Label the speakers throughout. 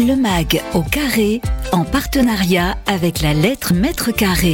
Speaker 1: Le MAG au carré, en partenariat avec la lettre Mètre Carré.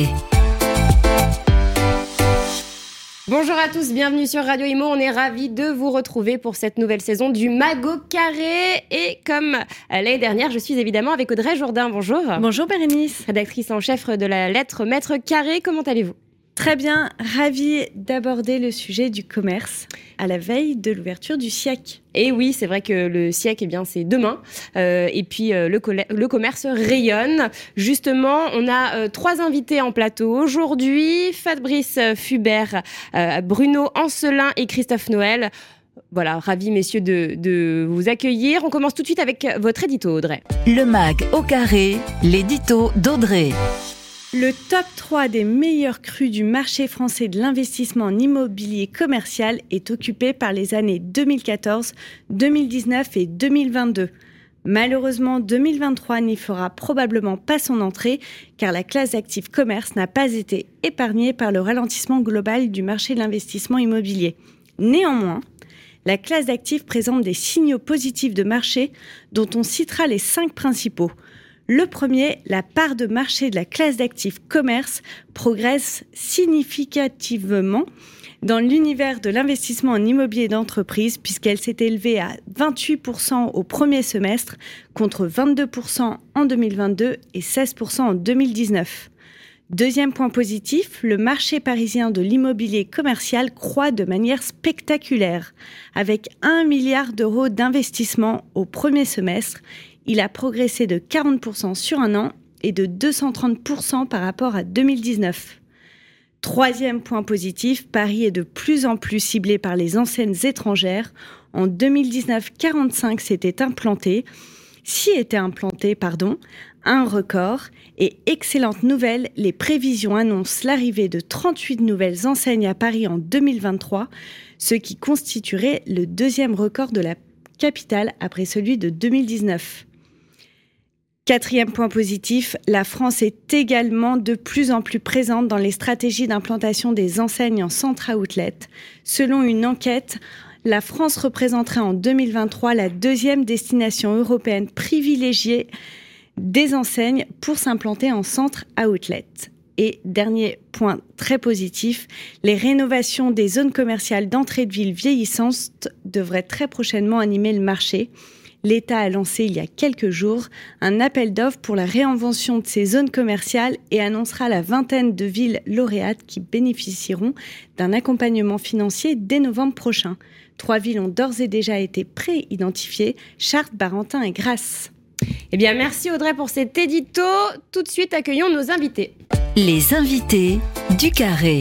Speaker 2: Bonjour à tous, bienvenue sur Radio Imo. On est ravis de vous retrouver pour cette nouvelle saison du MAG au carré. Et comme l'année dernière, je suis évidemment avec Audrey Jourdain. Bonjour.
Speaker 3: Bonjour Bérénice.
Speaker 2: Rédactrice en chef de la lettre Mètre Carré. Comment allez-vous ?
Speaker 3: Très bien, ravie d'aborder le sujet du commerce à la veille de l'ouverture du SIAC.
Speaker 2: Et oui, c'est vrai que le SIAC, c'est demain. Et puis, le commerce rayonne. Justement, on a 3 invités en plateau aujourd'hui. Fabrice Fubert, Bruno Ancelin et Christophe Noël. Voilà, ravis messieurs de vous accueillir. On commence tout de suite avec votre édito, Audrey.
Speaker 1: Le MAG au carré, l'édito d'Audrey.
Speaker 3: Le top 3 des meilleurs crus du marché français de l'investissement en immobilier commercial est occupé par les années 2014, 2019 et 2022. Malheureusement, 2023 n'y fera probablement pas son entrée car la classe d'actifs commerce n'a pas été épargnée par le ralentissement global du marché de l'investissement immobilier. Néanmoins, la classe d'actifs présente des signaux positifs de marché dont on citera les 5 principaux. Le premier, la part de marché de la classe d'actifs commerce progresse significativement dans l'univers de l'investissement en immobilier d'entreprise puisqu'elle s'est élevée à 28% au premier semestre contre 22% en 2022 et 16% en 2019. Deuxième point positif, le marché parisien de l'immobilier commercial croît de manière spectaculaire. Avec 1 milliard d'euros d'investissement au premier semestre, il a progressé de 40% sur un an et de 230% par rapport à 2019. Troisième point positif, Paris est de plus en plus ciblé par les enseignes étrangères. En 2019, 45 s'étaient implantés. Un record. Et excellente nouvelle, les prévisions annoncent l'arrivée de 38 nouvelles enseignes à Paris en 2023, ce qui constituerait le deuxième record de la capitale après celui de 2019. Quatrième point positif, la France est également de plus en plus présente dans les stratégies d'implantation des enseignes en centre outlet. Selon une enquête, la France représenterait en 2023 la deuxième destination européenne privilégiée des enseignes pour s'implanter en centre outlet. Et dernier point très positif, les rénovations des zones commerciales d'entrée de ville vieillissantes devraient très prochainement animer le marché. L'État a lancé il y a quelques jours un appel d'offres pour la réinvention de ces zones commerciales et annoncera la vingtaine de villes lauréates qui bénéficieront d'un accompagnement financier dès novembre prochain. 3 villes ont d'ores et déjà été pré-identifiées, Chartres, Barentin et Grasse.
Speaker 2: Eh bien, merci Audrey pour cet édito. Tout de suite, accueillons nos invités.
Speaker 1: Les invités du carré.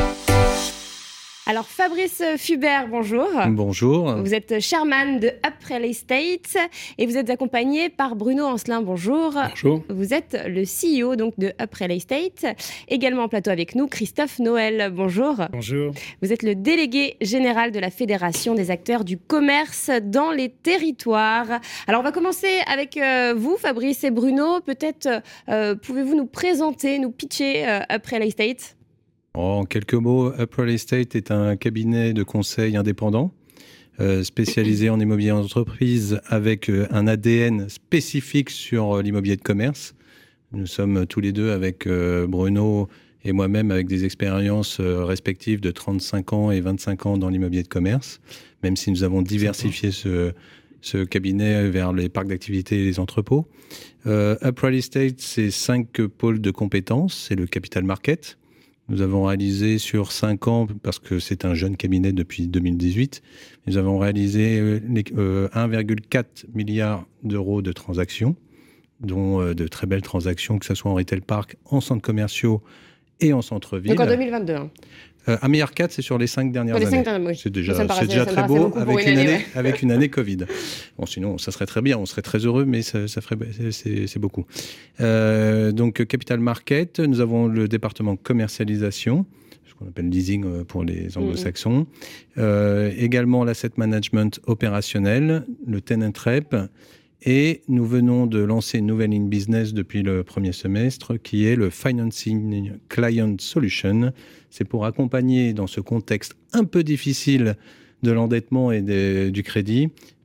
Speaker 2: Alors Fabrice Fubert, bonjour.
Speaker 4: Bonjour.
Speaker 2: Vous êtes chairman de Up Real Estate et vous êtes accompagné par Bruno Ancelin, bonjour.
Speaker 4: Bonjour.
Speaker 2: Vous êtes le CEO donc de Up Real Estate. Également en plateau avec nous, Christophe Noël, bonjour.
Speaker 4: Bonjour.
Speaker 2: Vous êtes le délégué général de la Fédération des acteurs du commerce dans les territoires. Alors on va commencer avec vous, Fabrice et Bruno. Peut-être pouvez-vous nous présenter, nous pitcher Up Real Estate ?
Speaker 4: En quelques mots, Up Real Estate est un cabinet de conseil indépendant spécialisé en immobilier d'entreprise avec un ADN spécifique sur l'immobilier de commerce. Nous sommes tous les deux avec Bruno et moi-même avec des expériences respectives de 35 ans et 25 ans dans l'immobilier de commerce, même si nous avons diversifié ce cabinet vers les parcs d'activité et les entrepôts. Up Real Estate, c'est 5 pôles de compétences. C'est le capital market. Nous avons réalisé sur 5 ans, parce que c'est un jeune cabinet depuis 2018, nous avons réalisé 1,4 milliard d'euros de transactions, dont de très belles transactions, que ce soit en retail park, en centres commerciaux et en centre-ville.
Speaker 2: Donc en 2022.
Speaker 4: 1,4 milliard, c'est sur les 5 dernières années.
Speaker 2: Oui.
Speaker 4: C'est déjà très beau avec une année Covid. Bon, sinon, ça serait très bien, on serait très heureux, mais c'est beaucoup. Donc, Capital Market, nous avons le département commercialisation, ce qu'on appelle leasing pour les anglo-saxons. Également l'asset management opérationnel, le tenant rep. Et nous venons de lancer une nouvelle ligne business depuis le premier semestre qui est le Financing Client Solution. C'est pour accompagner dans ce contexte un peu difficile de l'endettement et du crédit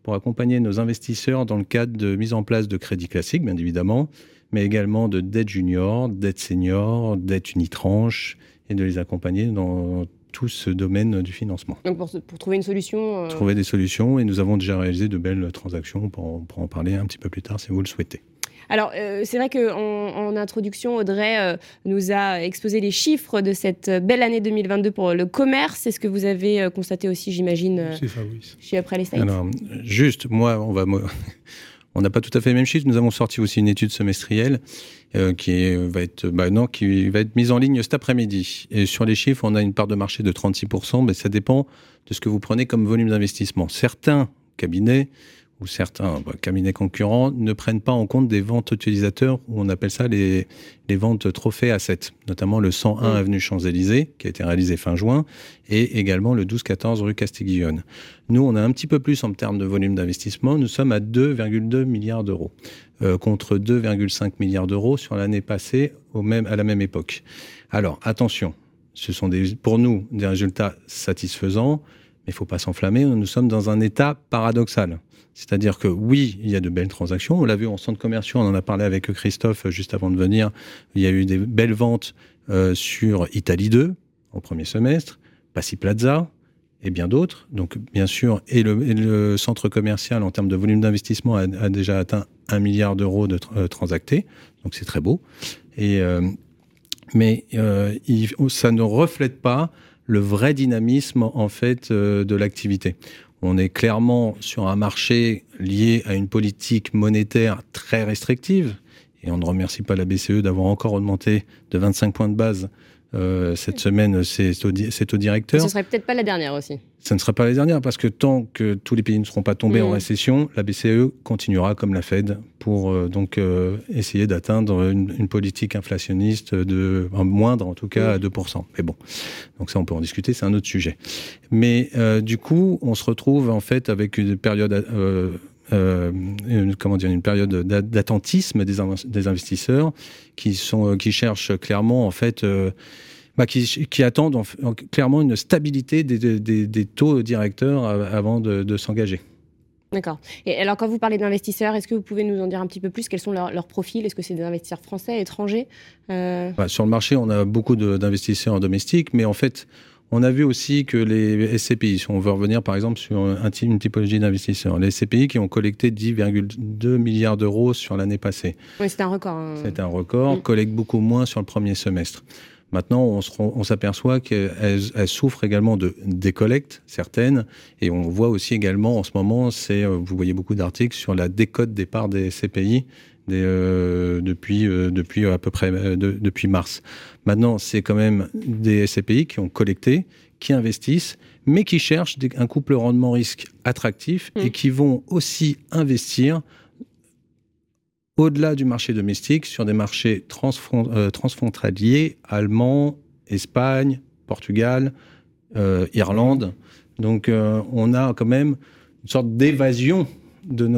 Speaker 4: pour accompagner nos investisseurs dans le cadre de mise en place de crédits classiques, bien évidemment, mais également de dette junior, dette senior, dette unitranche, et de les accompagner dans tout ce domaine du financement.
Speaker 2: Donc pour trouver une solution
Speaker 4: Trouver des solutions, et nous avons déjà réalisé de belles transactions, pour en parler un petit peu plus tard si vous le souhaitez.
Speaker 2: Alors, c'est vrai qu'en introduction, Audrey nous a exposé les chiffres de cette belle année 2022 pour le commerce. C'est ce que vous avez constaté aussi, j'imagine, chez April Estate.
Speaker 4: Alors, juste, moi, on n'a pas tout à fait les mêmes chiffres. Nous avons sorti aussi une étude semestrielle qui va être mise en ligne cet après-midi. Et sur les chiffres, on a une part de marché de 36%, mais ça dépend de ce que vous prenez comme volume d'investissement. Certains cabinets ou certains cabinets concurrents ne prennent pas en compte des ventes utilisateurs, où on appelle ça les ventes trophées assets, notamment le 101 avenue Champs-Élysées, qui a été réalisé fin juin, et également le 12-14 rue Castiglione. Nous, on a un petit peu plus en termes de volume d'investissement. Nous sommes à 2,2 milliards d'euros, contre 2,5 milliards d'euros sur l'année passée à la même époque. Alors, attention, ce sont pour nous des résultats satisfaisants, mais il ne faut pas s'enflammer. Nous sommes dans un état paradoxal. C'est-à-dire que oui, il y a de belles transactions. On l'a vu en centre commercial, on en a parlé avec Christophe juste avant de venir. Il y a eu des belles ventes sur Italie 2 au premier semestre, Passy Plaza et bien d'autres. Donc bien sûr, et le centre commercial en termes de volume d'investissement a déjà atteint 1 milliard d'euros de transactés. Donc c'est très beau. Mais ça ne reflète pas le vrai dynamisme en fait de l'activité. On est clairement sur un marché lié à une politique monétaire très restrictive, et on ne remercie pas la BCE d'avoir encore augmenté de 25 points de base cette semaine, c'est au directeur.
Speaker 2: Ce ne serait peut-être pas la dernière aussi.
Speaker 4: Ça ne sera pas la dernière, parce que tant que tous les pays ne seront pas tombés en récession, la BCE continuera comme la Fed pour essayer d'atteindre une politique inflationniste moindre, en tout cas à 2%. Mais bon, donc ça on peut en discuter, c'est un autre sujet. Mais du coup, on se retrouve en fait avec une période... une période d'attentisme des investisseurs qui cherchent clairement en fait qui attendent clairement une stabilité des taux directeurs avant de s'engager.
Speaker 2: D'accord. Et alors, quand vous parlez d'investisseurs, est-ce que vous pouvez nous en dire un petit peu plus? Quels sont leurs profils? Est-ce que c'est des investisseurs français, étrangers?
Speaker 4: Sur le marché, on a beaucoup d'investisseurs domestiques, mais en fait, on a vu aussi que les SCPI, si on veut revenir par exemple sur une typologie d'investisseurs, les SCPI qui ont collecté 10,2 milliards d'euros sur l'année passée.
Speaker 2: Oui, c'est un record.
Speaker 4: C'est un record, collectent beaucoup moins sur le premier semestre. Maintenant, on s'aperçoit qu'elles souffrent également de décollectes, certaines, et on voit aussi également en ce moment, vous voyez beaucoup d'articles sur la décote des parts des SCPI depuis à peu près depuis mars. Maintenant, c'est quand même des SCPI qui ont collecté, qui investissent, mais qui cherchent un couple rendement-risque attractif et qui vont aussi investir au-delà du marché domestique, sur des marchés transfrontaliers, Allemand, Espagne, Portugal, Irlande. Donc, on a quand même une sorte d'évasion de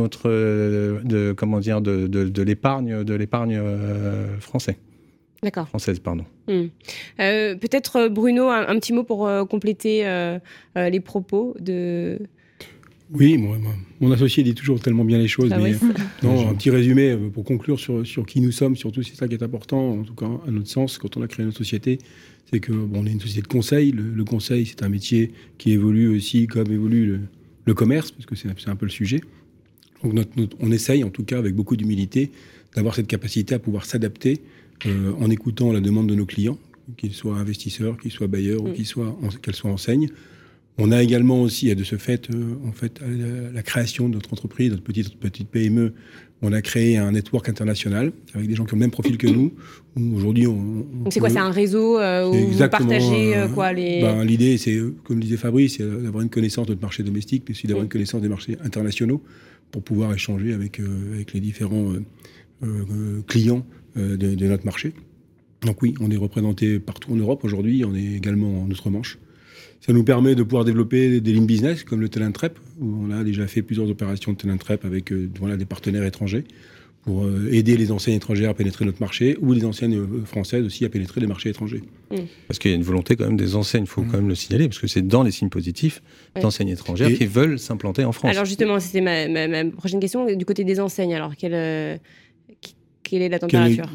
Speaker 4: l'épargne française.
Speaker 2: D'accord.
Speaker 4: Française, pardon.
Speaker 2: Peut-être, Bruno, un petit mot pour compléter les propos de...
Speaker 5: Oui, mon associé dit toujours tellement bien les choses, mais un petit résumé pour conclure sur qui nous sommes, surtout c'est ça qui est important, en tout cas à notre sens, quand on a créé notre société, c'est que on est une société de conseil. Le conseil, c'est un métier qui évolue aussi comme évolue le commerce, parce que c'est un peu le sujet. Donc on essaye, en tout cas avec beaucoup d'humilité, d'avoir cette capacité à pouvoir s'adapter en écoutant la demande de nos clients, qu'ils soient investisseurs, qu'ils soient bailleurs ou qu'elles soient enseignes. On a également aussi, de ce fait, la création de notre entreprise, notre petite PME, on a créé un network international avec des gens qui ont le même profil que nous. Aujourd'hui,
Speaker 2: donc c'est quoi? C'est un réseau où vous partagez quoi
Speaker 5: l'idée, c'est, comme disait Fabrice, c'est d'avoir une connaissance de notre marché domestique, mais aussi d'avoir une connaissance des marchés internationaux pour pouvoir échanger avec les différents clients de notre marché. Donc oui, on est représenté partout en Europe aujourd'hui, on est également en outre-Manche. Ça nous permet de pouvoir développer des lignes business comme le Talent Rep, où on a déjà fait plusieurs opérations de Talent Rep avec des partenaires étrangers, aider les enseignes étrangères à pénétrer notre marché, ou les enseignes françaises aussi à pénétrer les marchés étrangers.
Speaker 4: Parce qu'il y a une volonté quand même des enseignes, il faut quand même le signaler, parce que c'est dans les signes positifs d'enseignes étrangères qui veulent s'implanter en France.
Speaker 2: Alors justement, c'était ma prochaine question, du côté des enseignes. Alors, quelle est la température?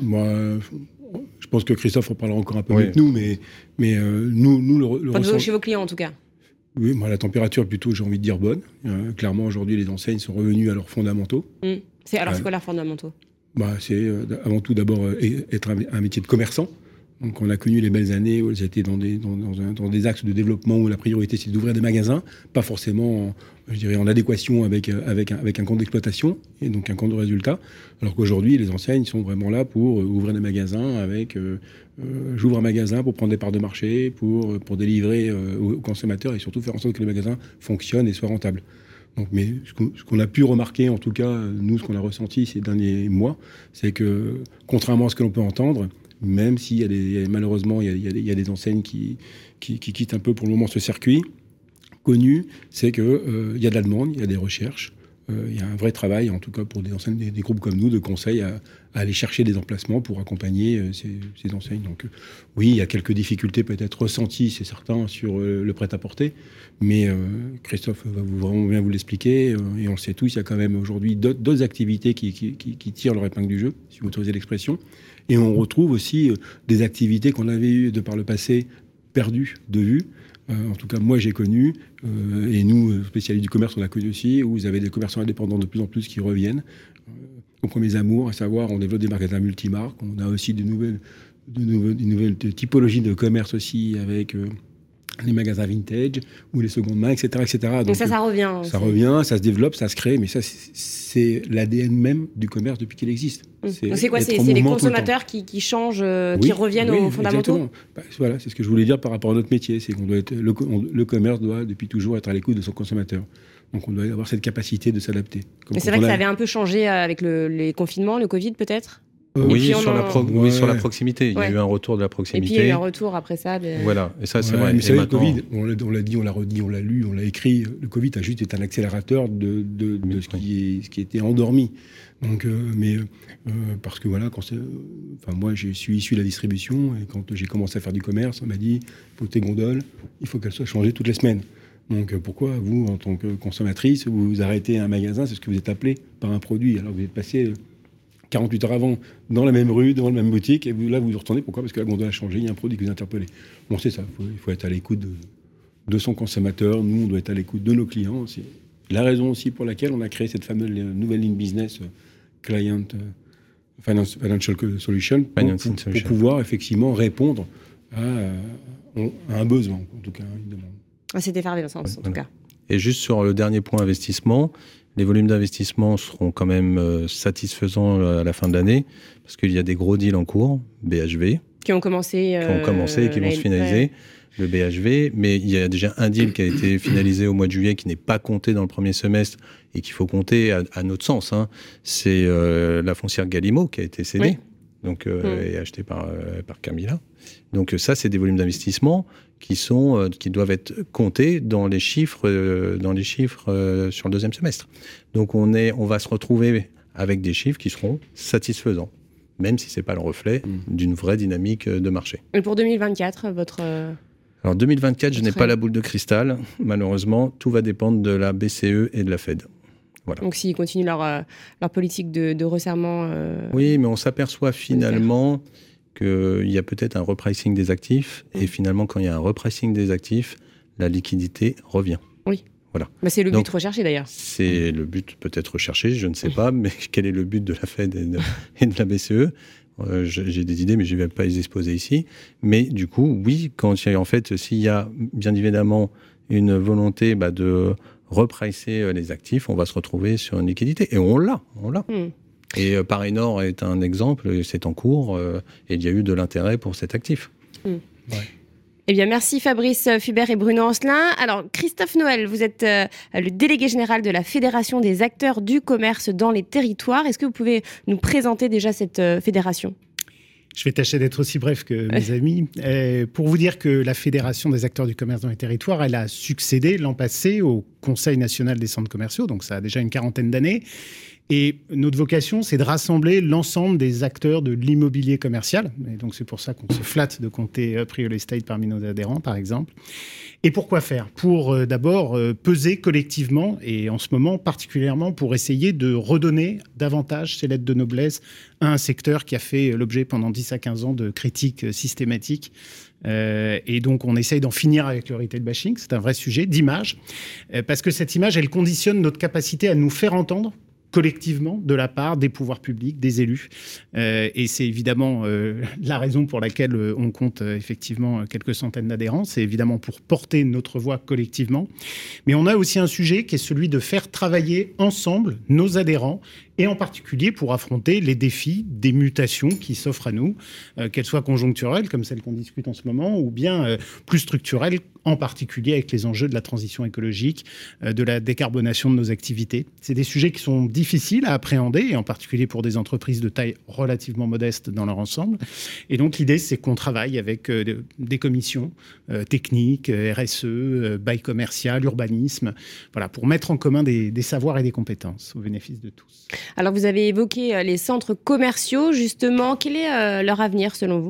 Speaker 5: Je pense que Christophe en parlera encore un peu mieux que nous, mais nous le ressentons.
Speaker 2: Chez vos clients, en tout cas.
Speaker 5: Oui, la température, plutôt, j'ai envie de dire bonne. Clairement, aujourd'hui, les enseignes sont revenues à leurs fondamentaux.
Speaker 2: C'est quoi leurs fondamentaux?
Speaker 5: C'est avant tout d'abord être un métier de commerçant. Donc on a connu les belles années où elles étaient dans des axes de développement où la priorité c'est d'ouvrir des magasins, pas forcément en adéquation avec un compte d'exploitation et donc un compte de résultat. Alors qu'aujourd'hui les enseignes sont vraiment là pour ouvrir des magasins avec j'ouvre un magasin pour prendre des parts de marché, pour délivrer aux consommateurs et surtout faire en sorte que les magasins fonctionnent et soient rentables. Donc, mais ce qu'on a pu remarquer, en tout cas, nous, ce qu'on a ressenti ces derniers mois, c'est que, contrairement à ce que l'on peut entendre, même s'il y a malheureusement, il y a des enseignes qui quittent un peu pour le moment ce circuit connu, c'est qu'il y a de la demande, il y a des recherches, il y a un vrai travail, en tout cas pour des enseignes, des groupes comme nous, de conseils à aller chercher des emplacements pour accompagner ces enseignes. Donc oui, il y a quelques difficultés peut-être ressenties, c'est certain, sur le prêt-à-porter, mais Christophe va vraiment bien vous l'expliquer, et on le sait tous, il y a quand même aujourd'hui d'autres activités qui tirent leur épingle du jeu, si vous autorisez l'expression, et on retrouve aussi des activités qu'on avait eues de par le passé perdues de vue. En tout cas, moi, j'ai connu, et nous, spécialistes du commerce, on a connu aussi, où vous avez des commerçants indépendants de plus en plus qui reviennent aux premiers amours, à savoir, on développe des magasins multimarques, on a aussi de nouvelles typologies de commerce aussi, avec les magasins vintage ou les secondes mains, etc. etc.
Speaker 2: Donc ça revient.
Speaker 5: Ça revient, ça se développe, ça se crée, mais ça, c'est l'ADN même du commerce depuis qu'il existe.
Speaker 2: Donc c'est quoi? C'est les consommateurs qui changent, qui reviennent aux fondamentaux?
Speaker 5: Voilà, c'est ce que je voulais dire par rapport à notre métier. C'est qu'on doit être, le commerce doit depuis toujours être à l'écoute de son consommateur. Donc on doit avoir cette capacité de s'adapter.
Speaker 2: Mais c'est vrai que ça avait un peu changé avec les confinements, le Covid peut-être?
Speaker 4: Sur la proximité. Il y a eu un retour de la proximité.
Speaker 2: Et puis il y a eu un retour après ça.
Speaker 4: Voilà, et ça c'est vrai.
Speaker 5: Mais c'est le Covid, on l'a dit, on l'a redit, on l'a lu, on l'a écrit. Le Covid a juste été un accélérateur de ce qui était endormi. Donc, parce que voilà, moi je suis issu de la distribution et quand j'ai commencé à faire du commerce, on m'a dit pour tes gondoles, il faut qu'elles soient changées toutes les semaines. Donc pourquoi vous, en tant que consommatrice, vous arrêtez un magasin, c'est ce que vous êtes appelé par un produit, alors que vous êtes passé 48 heures avant, dans la même rue, dans la même boutique, et vous vous retournez. Pourquoi? Parce que la gondole a changé, il y a un produit qui vous interpelle. Bon, c'est ça, il faut être à l'écoute de son consommateur. Nous, on doit être à l'écoute de nos clients. C'est la raison aussi pour laquelle on a créé cette fameuse nouvelle ligne business Client Financial Solution, pour pouvoir effectivement répondre à un besoin, en tout cas, une demande.
Speaker 2: C'est effervescent, en tout cas.
Speaker 4: Et juste sur le dernier point investissement, les volumes d'investissement seront quand même satisfaisants à la fin de l'année, parce qu'il y a des gros deals en cours, BHV,
Speaker 2: qui ont commencé
Speaker 4: et qui vont se finaliser. Le BHV, mais il y a déjà un deal qui a été finalisé au mois de juillet, qui n'est pas compté dans le premier semestre et qu'il faut compter à notre sens. C'est la foncière Gallimot qui a été cédée, donc et achetée par Carmila. Donc ça, c'est des volumes d'investissement qui doivent être comptés dans les chiffres sur le deuxième semestre. Donc on va se retrouver avec des chiffres qui seront satisfaisants, même si c'est pas le reflet d'une vraie dynamique de marché.
Speaker 2: Et pour 2024,
Speaker 4: Alors 2024, je n'ai pas la boule de cristal. Malheureusement, tout va dépendre de la BCE et de la Fed. Voilà.
Speaker 2: Donc s'ils continuent leur politique de resserrement...
Speaker 4: Oui, mais on s'aperçoit finalement qu'il y a peut-être un repricing des actifs. Et finalement, quand il y a un repricing des actifs, la liquidité revient.
Speaker 2: Oui.
Speaker 4: Voilà.
Speaker 2: C'est le but recherché d'ailleurs.
Speaker 4: C'est le but peut-être recherché, je ne sais pas, mais quel est le but de la Fed et de la BCE? J'ai des idées, mais je ne vais pas les exposer ici. Mais du coup, oui, s'il y a bien évidemment une volonté de repricer les actifs, on va se retrouver sur une liquidité. Et on l'a. Et Parinor est un exemple, c'est en cours, et il y a eu de l'intérêt pour cet actif.
Speaker 5: Ouais.
Speaker 2: Eh bien, merci Fabrice Fubert et Bruno Ancelin. Alors, Christophe Noël, vous êtes le délégué général de la Fédération des acteurs du commerce dans les territoires. Est-ce que vous pouvez nous présenter déjà cette fédération ?
Speaker 6: Je vais tâcher d'être aussi bref que mes amis. Pour vous dire que la Fédération des acteurs du commerce dans les territoires, elle a succédé l'an passé au Conseil national des centres commerciaux, donc ça a déjà une 40aine d'années. Et notre vocation, c'est de rassembler l'ensemble des acteurs de l'immobilier commercial. Et donc, c'est pour ça qu'on se flatte de compter Priority Estate parmi nos adhérents, par exemple. Et pourquoi faire ? Pour d'abord peser collectivement, et en ce moment particulièrement pour essayer de redonner davantage ses lettres de noblesse à un secteur qui a fait l'objet pendant 10 à 15 ans de critiques systématiques. Et donc, on essaye d'en finir avec le retail bashing. C'est un vrai sujet d'image, parce que cette image, elle conditionne notre capacité à nous faire entendre collectivement de la part des pouvoirs publics, des élus. Et c'est évidemment la raison pour laquelle on compte effectivement quelques centaines d'adhérents. C'est évidemment pour porter notre voix collectivement. Mais on a aussi un sujet qui est celui de faire travailler ensemble nos adhérents, et en particulier pour affronter les défis des mutations qui s'offrent à nous, qu'elles soient conjoncturelles, comme celles qu'on discute en ce moment, ou bien plus structurelles, en particulier avec les enjeux de la transition écologique, de la décarbonation de nos activités. C'est des sujets qui sont difficiles à appréhender, et en particulier pour des entreprises de taille relativement modeste dans leur ensemble. Et donc l'idée, c'est qu'on travaille avec des commissions techniques, RSE, bail commercial, urbanisme, voilà, pour mettre en commun des savoirs et des compétences au bénéfice de tous.
Speaker 2: Alors, vous avez évoqué les centres commerciaux, justement. Quel est leur avenir, selon vous ?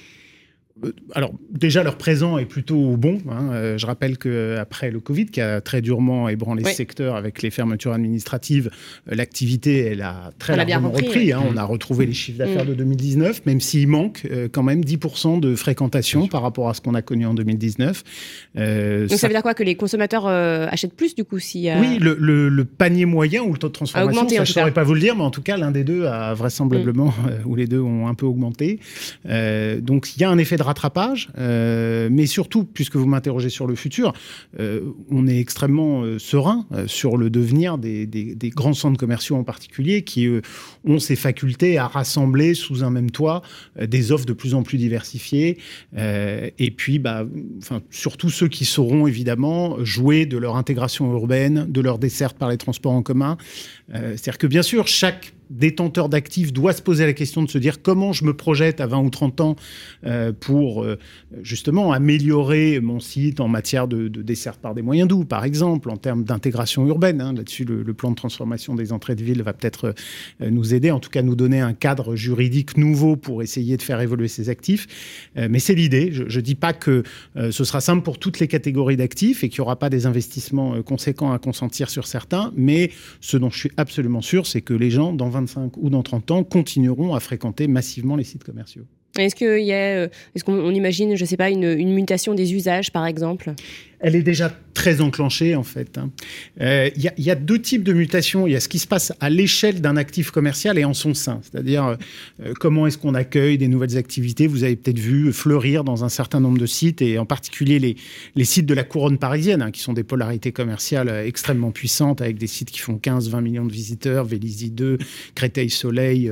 Speaker 6: Alors, déjà, leur présent est plutôt bon. Je rappelle qu'après le Covid, qui a très durement ébranlé ce secteur avec les fermetures administratives, l'activité, elle a très largement repris. On a retrouvé les chiffres d'affaires de 2019, même s'il manque quand même 10% de fréquentation par rapport à ce qu'on a connu en 2019.
Speaker 2: Donc, ça veut dire quoi ? Que les consommateurs achètent plus, du coup
Speaker 6: Oui, le panier moyen ou le taux de transformation, augmenté, ça, je ne saurais pas vous le dire, mais en tout cas, l'un des deux a vraisemblablement, ou les deux ont un peu augmenté. Donc, il y a un effet de rattrapage, mais surtout, puisque vous m'interrogez sur le futur, on est extrêmement serein sur le devenir des grands centres commerciaux en particulier, qui ont ces facultés à rassembler sous un même toit des offres de plus en plus diversifiées, et puis surtout ceux qui sauront évidemment jouer de leur intégration urbaine, de leur desserte par les transports en commun. C'est-à-dire que bien sûr, chaque détenteur d'actifs doit se poser la question de se dire comment je me projette à 20 ou 30 ans pour justement améliorer mon site en matière de desserte par des moyens doux, par exemple, en termes d'intégration urbaine. Là-dessus, le plan de transformation des entrées de ville va peut-être nous aider, en tout cas nous donner un cadre juridique nouveau pour essayer de faire évoluer ces actifs. Mais c'est l'idée. Je ne dis pas que ce sera simple pour toutes les catégories d'actifs et qu'il n'y aura pas des investissements conséquents à consentir sur certains, mais ce dont je suis absolument sûr, c'est que les gens, dans 25 ou dans 30 ans, continueront à fréquenter massivement les sites commerciaux.
Speaker 2: Est-ce qu'on imagine, je ne sais pas, une mutation des usages, par exemple ?
Speaker 6: Elle est déjà très enclenchée, en fait. Il y a deux types de mutations. Il y a ce qui se passe à l'échelle d'un actif commercial et en son sein. C'est-à-dire, comment est-ce qu'on accueille des nouvelles activités ? Vous avez peut-être vu fleurir dans un certain nombre de sites, et en particulier les sites de la couronne parisienne, qui sont des polarités commerciales extrêmement puissantes, avec des sites qui font 15-20 millions de visiteurs, Vélizy 2, Créteil-Soleil,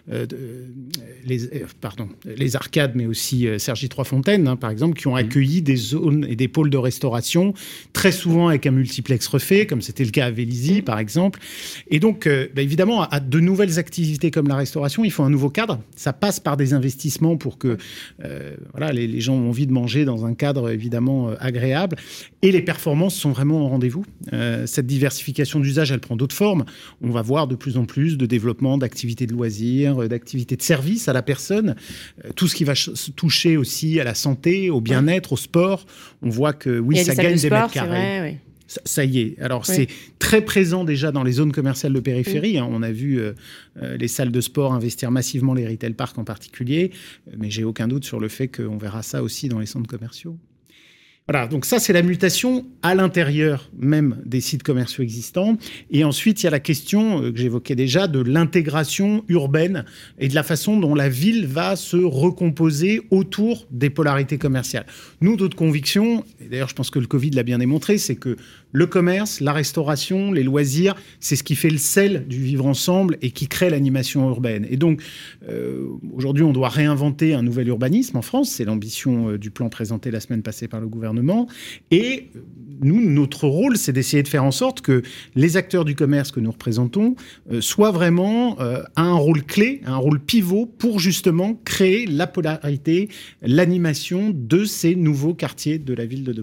Speaker 6: les Arcades, mais aussi Cergy Trois-Fontaines, par exemple, qui ont accueilli des zones et des pôles de restauration, très souvent avec un multiplex refait, comme c'était le cas à Vélizy, par exemple. Et donc, évidemment, à de nouvelles activités comme la restauration, il faut un nouveau cadre. Ça passe par des investissements pour que les gens ont envie de manger dans un cadre, évidemment, agréable. Et les performances sont vraiment au rendez-vous. Cette diversification d'usage, elle prend d'autres formes. On va voir de plus en plus de développement d'activités de loisirs, d'activités de service à la personne, tout ce qui va toucher aussi à la santé, au bien-être, au sport. On voit que, oui, ça gagne des mètres carrés.
Speaker 2: Vrai, oui.
Speaker 6: Ça y est. Alors, c'est très présent déjà dans les zones commerciales de périphérie. On a vu les salles de sport investir massivement, les retail parks en particulier. Mais j'ai aucun doute sur le fait qu'on verra ça aussi dans les centres commerciaux. Voilà, donc ça, c'est la mutation à l'intérieur même des sites commerciaux existants. Et ensuite, il y a la question que j'évoquais déjà de l'intégration urbaine et de la façon dont la ville va se recomposer autour des polarités commerciales. Nous, notre conviction, et d'ailleurs, je pense que le Covid l'a bien démontré, c'est que le commerce, la restauration, les loisirs, c'est ce qui fait le sel du vivre ensemble et qui crée l'animation urbaine. Et donc, aujourd'hui, on doit réinventer un nouvel urbanisme en France. C'est l'ambition du plan présenté la semaine passée par le gouvernement. Et nous, notre rôle, c'est d'essayer de faire en sorte que les acteurs du commerce que nous représentons soient vraiment à un rôle clé, un rôle pivot pour justement créer la polarité, l'animation de ces nouveaux quartiers de la ville de demain.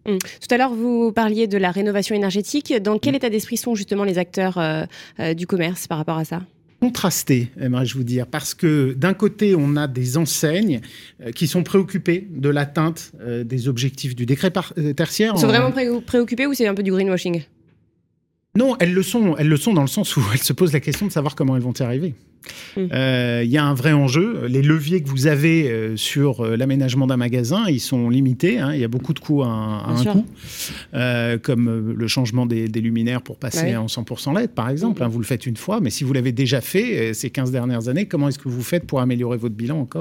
Speaker 2: Tout à l'heure, vous parliez de la rénovation énergétique. Dans quel état d'esprit sont justement les acteurs du commerce par rapport à ça ?
Speaker 6: Contrasté, aimerais-je vous dire, parce que d'un côté, on a des enseignes qui sont préoccupées de l'atteinte des objectifs du décret tertiaire.
Speaker 2: Ils sont vraiment préoccupés ou c'est un peu du greenwashing ?
Speaker 6: Non, elles le sont dans le sens où elles se posent la question de savoir comment elles vont y arriver. Il y a un vrai enjeu. Les leviers que vous avez sur l'aménagement d'un magasin, ils sont limités. Il y a beaucoup de coûts à un coût, comme le changement des luminaires pour passer en 100% LED, par exemple. Vous le faites une fois, mais si vous l'avez déjà fait ces 15 dernières années, comment est-ce que vous faites pour améliorer votre bilan encore ?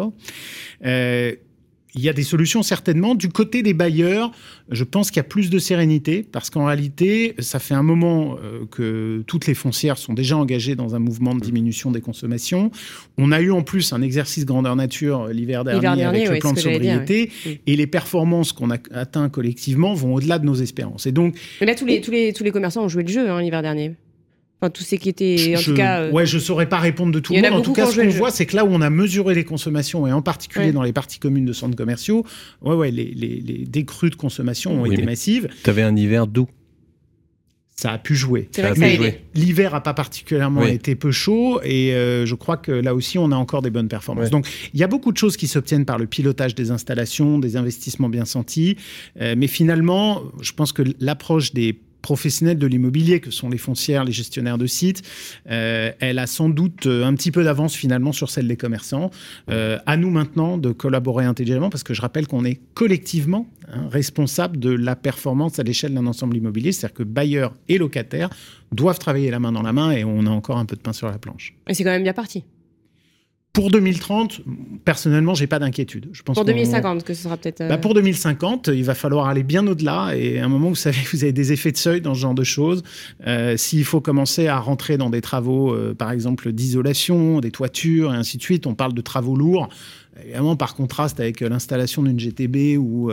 Speaker 6: Il y a des solutions certainement. Du côté des bailleurs, je pense qu'il y a plus de sérénité parce qu'en réalité, ça fait un moment que toutes les foncières sont déjà engagées dans un mouvement de diminution des consommations. On a eu en plus un exercice grandeur nature l'hiver dernier avec le plan de sobriété et les performances qu'on a atteintes collectivement vont au-delà de nos espérances. Et donc,
Speaker 2: mais là, tous les commerçants ont joué le jeu l'hiver dernier. Enfin, tous ceux qui étaient, en tout cas...
Speaker 6: je ne saurais pas répondre de tout le monde. En tout cas, ce qu'on voit, c'est que là où on a mesuré les consommations, et en particulier dans les parties communes de centres commerciaux, les décrues de consommation ont été massives.
Speaker 4: Tu avais un hiver doux.
Speaker 6: Ça a pu jouer.
Speaker 2: C'est vrai que ça a aidé.
Speaker 6: L'hiver n'a pas particulièrement été peu chaud et je crois que là aussi, on a encore des bonnes performances. Donc, il y a beaucoup de choses qui s'obtiennent par le pilotage des installations, des investissements bien sentis. Mais finalement, je pense que l'approche des professionnels de l'immobilier, que sont les foncières, les gestionnaires de sites, elle a sans doute un petit peu d'avance finalement sur celle des commerçants. À nous maintenant de collaborer intelligemment parce que je rappelle qu'on est collectivement responsable de la performance à l'échelle d'un ensemble immobilier, c'est-à-dire que bailleurs et locataires doivent travailler la main dans la main et on a encore un peu de pain sur la planche.
Speaker 2: Et c'est quand même bien parti.
Speaker 6: Pour 2030, personnellement, j'ai pas d'inquiétude. Je pense
Speaker 2: pour 2050, que ce sera peut-être...
Speaker 6: Pour 2050, il va falloir aller bien au-delà. Et à un moment, vous savez, vous avez des effets de seuil dans ce genre de choses. S'il faut commencer à rentrer dans des travaux, par exemple, d'isolation, des toitures, et ainsi de suite, on parle de travaux lourds. Évidemment, par contraste avec l'installation d'une GTB ou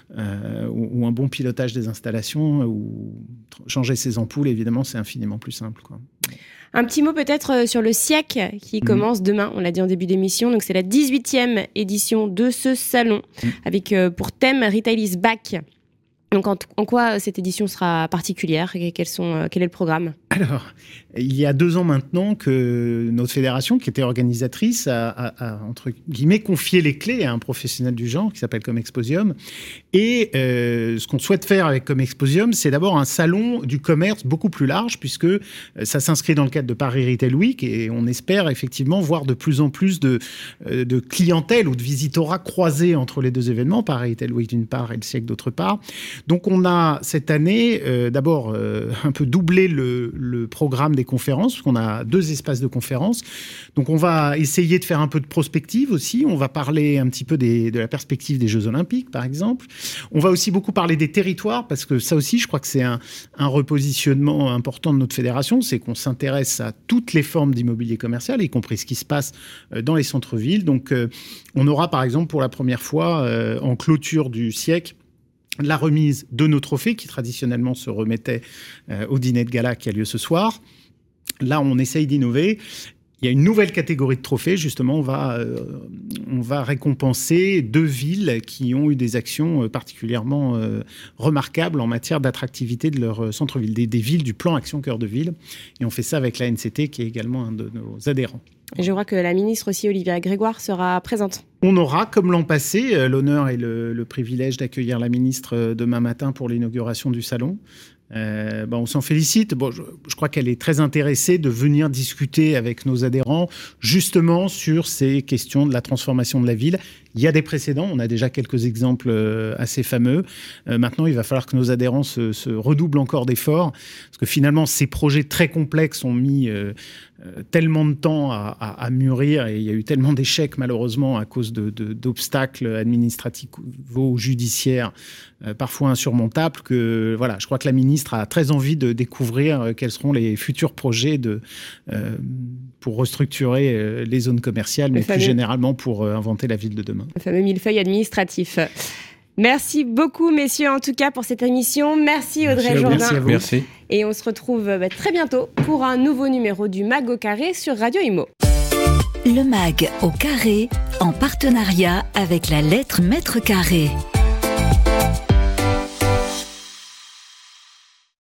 Speaker 6: un bon pilotage des installations ou changer ses ampoules, évidemment, c'est infiniment plus simple, quoi.
Speaker 2: Un petit mot peut-être sur le SIEC qui commence demain, on l'a dit en début d'émission. Donc c'est la 18e édition de ce salon avec pour thème Retail is back. Donc en quoi cette édition sera particulière ? Quel est le programme ?
Speaker 6: Alors, il y a 2 ans maintenant que notre fédération, qui était organisatrice, a entre guillemets confié les clés à un professionnel du genre qui s'appelle Comexposium. Et ce qu'on souhaite faire avec Comexposium, c'est d'abord un salon du commerce beaucoup plus large, puisque ça s'inscrit dans le cadre de Paris Retail Week, et on espère effectivement voir de plus en plus de clientèle ou de visitorat croisés entre les 2 événements, Paris Retail Week d'une part et le SIEC d'autre part. Donc on a cette année d'abord un peu doublé le programme des conférences, parce qu'on a 2 espaces de conférences. Donc on va essayer de faire un peu de prospective aussi. On va parler un petit peu de la perspective des Jeux Olympiques, par exemple. On va aussi beaucoup parler des territoires, parce que ça aussi, je crois que c'est un repositionnement important de notre fédération, c'est qu'on s'intéresse à toutes les formes d'immobilier commercial, y compris ce qui se passe dans les centres-villes. Donc on aura par exemple pour la première fois en clôture du SIEC, la remise de nos trophées qui traditionnellement se remettaient au dîner de gala qui a lieu ce soir. Là, on essaye d'innover. Il y a une nouvelle catégorie de trophées. Justement, on va récompenser 2 villes qui ont eu des actions particulièrement remarquables en matière d'attractivité de leur centre-ville, des villes du plan Action Cœur de Ville. Et on fait ça avec l'ANCT, qui est également un de nos adhérents.
Speaker 2: Et je crois que la ministre aussi, Olivia Grégoire, sera présente.
Speaker 6: On aura, comme l'an passé, l'honneur et le privilège d'accueillir la ministre demain matin pour l'inauguration du salon. On s'en félicite. Je crois qu'elle est très intéressée de venir discuter avec nos adhérents justement sur ces questions de la transformation de la ville. Il y a des précédents, on a déjà quelques exemples assez fameux. Maintenant, il va falloir que nos adhérents se redoublent encore d'efforts, parce que finalement, ces projets très complexes ont mis tellement de temps à mûrir, et il y a eu tellement d'échecs malheureusement à cause d'obstacles administratifs ou judiciaires parfois insurmontables, que voilà, je crois que la ministre a très envie de découvrir quels seront les futurs projets pour restructurer les zones commerciales, mais plus généralement pour inventer la ville de demain.
Speaker 2: Le fameux millefeuille administratif. Merci beaucoup, messieurs, en tout cas, pour cette émission. Merci Audrey Jourdain.
Speaker 6: Merci à vous.
Speaker 4: Merci.
Speaker 2: Et on se retrouve très bientôt pour un nouveau numéro du MAG au carré sur Radio Imo.
Speaker 1: Le MAG au carré, en partenariat avec la lettre Mètre Carré.